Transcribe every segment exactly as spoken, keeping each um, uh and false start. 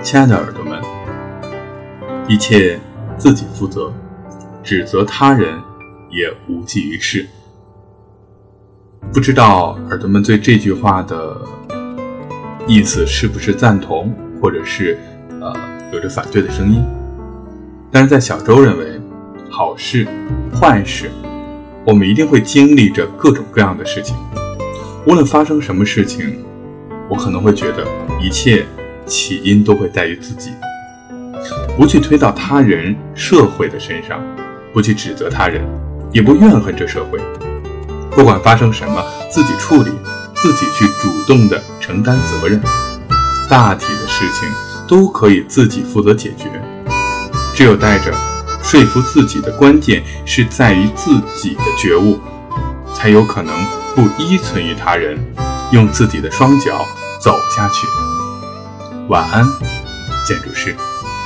亲爱的耳朵们，一切自己负责，指责他人也无济于事。不知道耳朵们对这句话的意思是不是赞同，或者是呃有着反对的声音。但是在小周认为，好事坏事我们一定会经历着各种各样的事情，无论发生什么事情，我可能会觉得一切起因都会在于自己，不去推到他人社会的身上，不去指责他人，也不怨恨这社会。不管发生什么，自己处理，自己去主动的承担责任，大体的事情都可以自己负责解决。只有带着说服自己的关键是在于自己的觉悟，才有可能不依存于他人，用自己的双脚走下去。晚安，建筑师。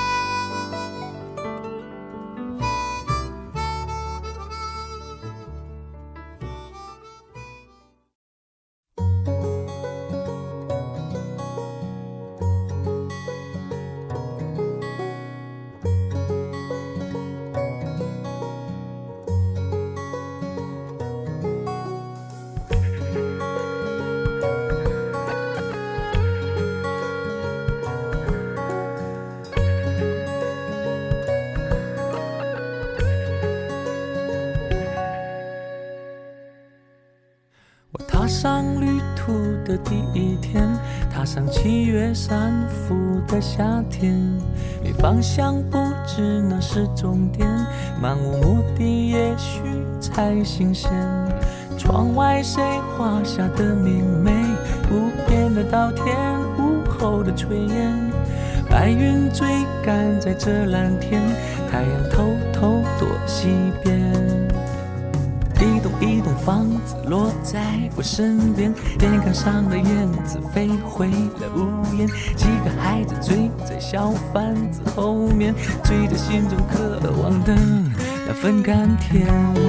踏上旅途的第一天，踏上七月三伏的夏天，没方向不知那是终点，漫无目的也许才新鲜。窗外谁画下的明媚，无边的稻田，午后的炊烟，白云追赶在这蓝天，太阳偷偷躲西边。一栋一栋房子落在我身边，电杆上的燕子飞回了屋檐，几个孩子追在小贩子后面，追着心中渴望的那份甘甜。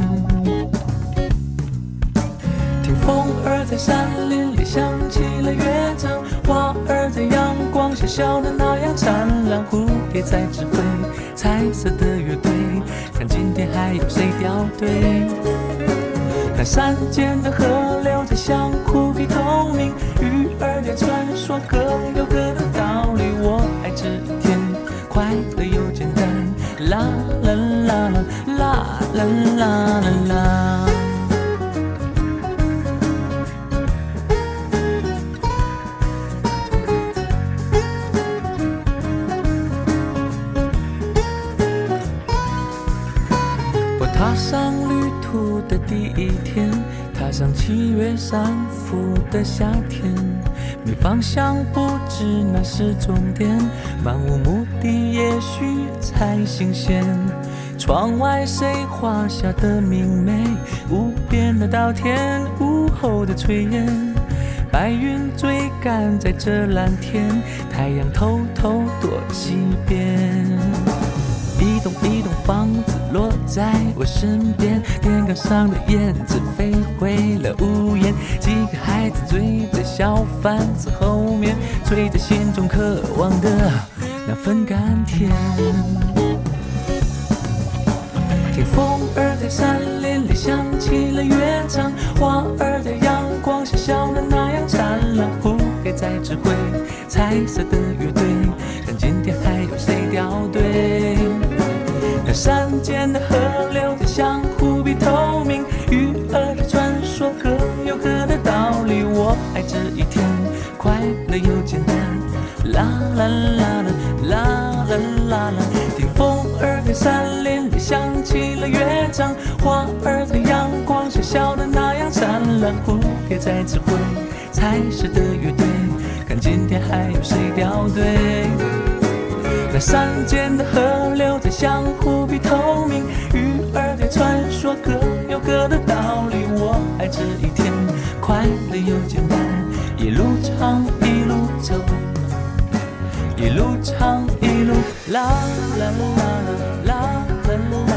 听风儿在山林里响起了乐章，花儿在阳光下笑得那样灿烂，蝴蝶在指挥彩色的乐队，看今天还有谁掉队。看山间的河流在相互比透明，鱼儿在传说各有各的道理，我爱这一天，快乐又简单，啦啦啦啦啦啦啦啦。我踏上旅途的第一天，踏上七月三伏的夏天，没方向不知那是终点，漫无目的也许才新鲜。窗外谁画下的明媚，无边的稻田，午后的炊烟，白云追赶在这蓝天，太阳偷偷躲西边。一栋一栋房子落在我身边，电杆上的燕子飞回了屋檐，几个孩子追在小贩子后面，追着心中渴望的那份甘甜。听风儿在山林里响起了乐章，花儿在阳光下笑得那样灿烂，蝴蝶在指挥彩色的乐队，看今天还有谁掉队。看山间的河流在相互比透明，鱼儿在传说各有各的道理，我爱这一天，快乐又简单，啦啦啦啦啦啦啦啦。听风儿在山林里响起了乐章，花儿在阳光下笑得那样灿烂，蝴蝶在指挥彩色的乐队，看今天还有谁掉队。那山间的河流在相互比透明，鱼儿在传说各有各的道理，我爱这一天，快乐又简单，一路唱一路走，一路唱一路啦啦啦啦啦啦啦。